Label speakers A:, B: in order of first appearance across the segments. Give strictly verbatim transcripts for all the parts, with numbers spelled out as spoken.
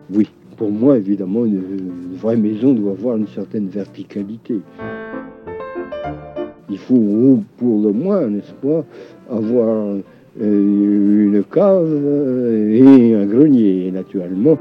A: Oui, pour moi, évidemment, une, une vraie maison doit avoir une certaine verticalité. Il faut, pour le moins, n'est-ce pas, avoir euh, une cave et un grenier, naturellement.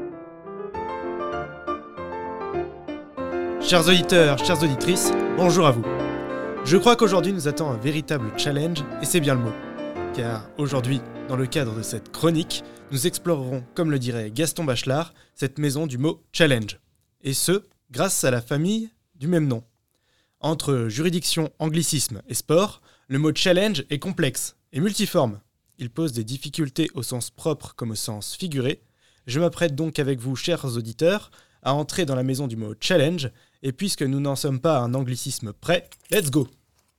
B: Chers auditeurs, chères auditrices, bonjour à vous. Je crois qu'aujourd'hui nous attend un véritable challenge, et c'est bien le mot. Car aujourd'hui, dans le cadre de cette chronique, nous explorerons, comme le dirait Gaston Bachelard, cette maison du mot challenge. Et ce, grâce à la famille du même nom. Entre juridiction, anglicisme et sport, le mot challenge est complexe et multiforme. Il pose des difficultés au sens propre comme au sens figuré. Je m'apprête donc avec vous, chers auditeurs, à entrer dans la maison du mot challenge, et puisque nous n'en sommes pas à un anglicisme près, let's go!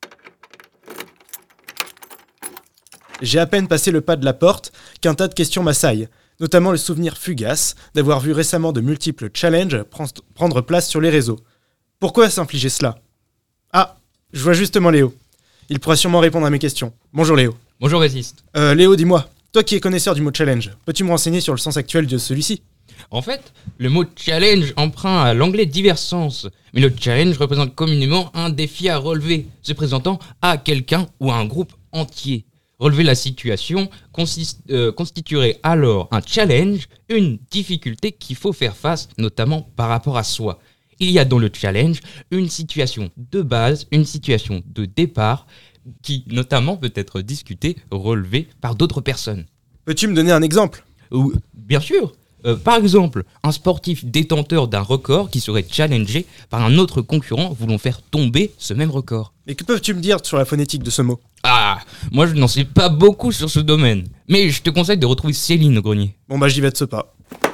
B: J'ai à peine passé le pas de la porte qu'un tas de questions m'assaillent, notamment le souvenir fugace d'avoir vu récemment de multiples challenges prendre place sur les réseaux. Pourquoi s'infliger cela ? Ah, je vois justement Léo. Il pourra sûrement répondre à mes questions. Bonjour Léo.
C: Bonjour Baptiste.
B: Euh, Léo, dis-moi, toi qui es connaisseur du mot challenge, peux-tu me renseigner sur le sens actuel de celui-ci ?
C: En fait, le mot challenge emprunt à l'anglais divers sens, mais le challenge représente communément un défi à relever, se présentant à quelqu'un ou à un groupe entier. Relever la situation consiste, euh, constituerait alors un challenge, une difficulté qu'il faut faire face, notamment par rapport à soi. Il y a dans le challenge une situation de base, une situation de départ, qui notamment peut être discutée, relevée par d'autres personnes.
B: Peux-tu me donner un exemple ?
C: Ou, bien sûr. Euh, par exemple, un sportif détenteur d'un record qui serait challengé par un autre concurrent voulant faire tomber ce même record.
B: Et que peux-tu me dire sur la phonétique de ce mot ?
C: Ah, moi je n'en sais pas beaucoup sur ce domaine, mais je te conseille de retrouver Céline au grenier.
B: Bon bah j'y vais de ce pas.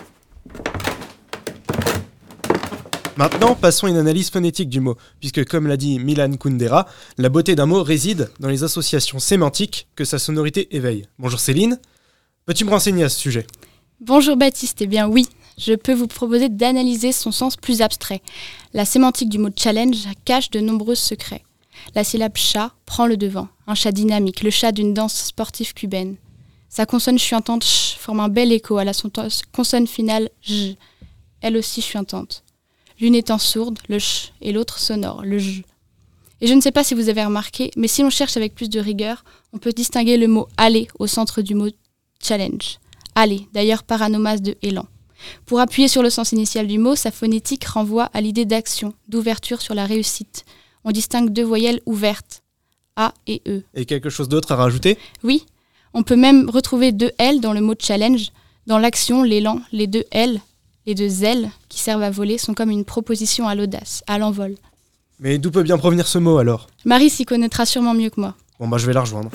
B: Maintenant, passons à une analyse phonétique du mot, puisque comme l'a dit Milan Kundera, la beauté d'un mot réside dans les associations sémantiques que sa sonorité éveille. Bonjour Céline, peux-tu me renseigner à ce sujet ?
D: Bonjour Baptiste, eh bien oui, je peux vous proposer d'analyser son sens plus abstrait. La sémantique du mot challenge cache de nombreux secrets. La syllabe chat prend le devant, un chat dynamique, le chat d'une danse sportive cubaine. Sa consonne chuintante ch forme un bel écho à la consonne finale j, elle aussi chuintante. L'une étant sourde, le ch, et l'autre sonore, le j. Et je ne sais pas si vous avez remarqué, mais si l'on cherche avec plus de rigueur, on peut distinguer le mot aller au centre du mot challenge. Aller, d'ailleurs paranomase de élan. Pour appuyer sur le sens initial du mot, sa phonétique renvoie à l'idée d'action, d'ouverture sur la réussite. On distingue deux voyelles ouvertes, A et E.
B: Et quelque chose d'autre à rajouter ?
D: Oui, on peut même retrouver deux L dans le mot challenge. Dans l'action, l'élan, les deux L, les deux L qui servent à voler sont comme une proposition à l'audace, à l'envol.
B: Mais d'où peut bien provenir ce mot alors ?
D: Marie s'y connaîtra sûrement mieux que moi.
B: Bon bah je vais la rejoindre.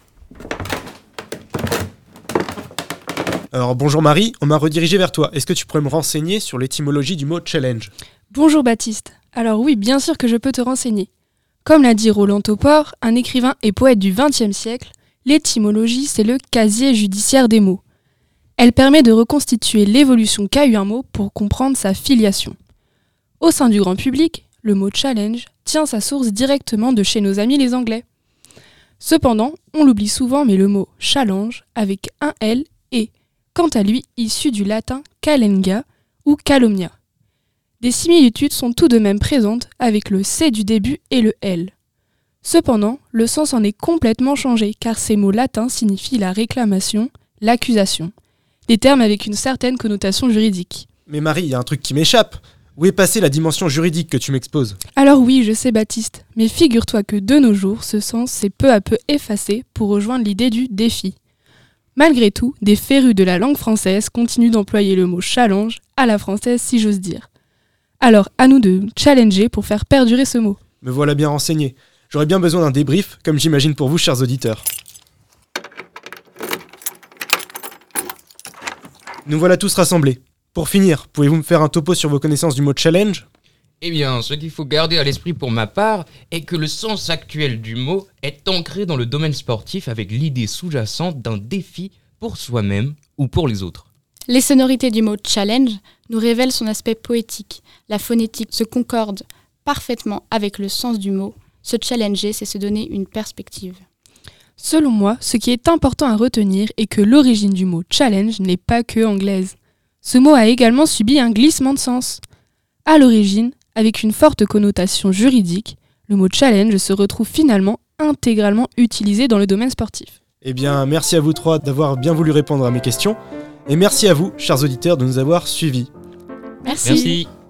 B: Alors bonjour Marie, on m'a redirigé vers toi. Est-ce que tu pourrais me renseigner sur l'étymologie du mot challenge ?
E: Bonjour Baptiste. Alors oui, bien sûr que je peux te renseigner. Comme l'a dit Roland Topor, un écrivain et poète du vingtième siècle, l'étymologie c'est le casier judiciaire des mots. Elle permet de reconstituer l'évolution qu'a eu un mot pour comprendre sa filiation. Au sein du grand public, le mot challenge tient sa source directement de chez nos amis les Anglais. Cependant, on l'oublie souvent, mais le mot challenge avec un L est quant à lui issu du latin calenga ou calomnia. Des similitudes sont tout de même présentes avec le C du début et le L. Cependant, le sens en est complètement changé car ces mots latins signifient la réclamation, l'accusation. Des termes avec une certaine connotation juridique.
B: Mais Marie, il y a un truc qui m'échappe. Où est passée la dimension juridique que tu m'exposes ?
E: Alors oui, je sais Baptiste, mais figure-toi que de nos jours, ce sens s'est peu à peu effacé pour rejoindre l'idée du défi. Malgré tout, des férus de la langue française continuent d'employer le mot challenge à la française si j'ose dire. Alors à nous de challenger pour faire perdurer ce mot.
B: Me voilà bien renseigné. J'aurais bien besoin d'un débrief, comme j'imagine pour vous, chers auditeurs. Nous voilà tous rassemblés. Pour finir, pouvez-vous me faire un topo sur vos connaissances du mot challenge ?
C: Eh bien, ce qu'il faut garder à l'esprit pour ma part est que le sens actuel du mot est ancré dans le domaine sportif avec l'idée sous-jacente d'un défi pour soi-même ou pour les autres.
D: Les sonorités du mot challenge nous révèlent son aspect poétique. La phonétique se concorde parfaitement avec le sens du mot. Se challenger, c'est se donner une perspective.
E: Selon moi, ce qui est important à retenir est que l'origine du mot challenge n'est pas que anglaise. Ce mot a également subi un glissement de sens. À l'origine, avec une forte connotation juridique, le mot challenge se retrouve finalement intégralement utilisé dans le domaine sportif.
B: Eh bien, merci à vous trois d'avoir bien voulu répondre à mes questions. Et merci à vous, chers auditeurs, de nous avoir suivis.
D: Merci.
C: Merci.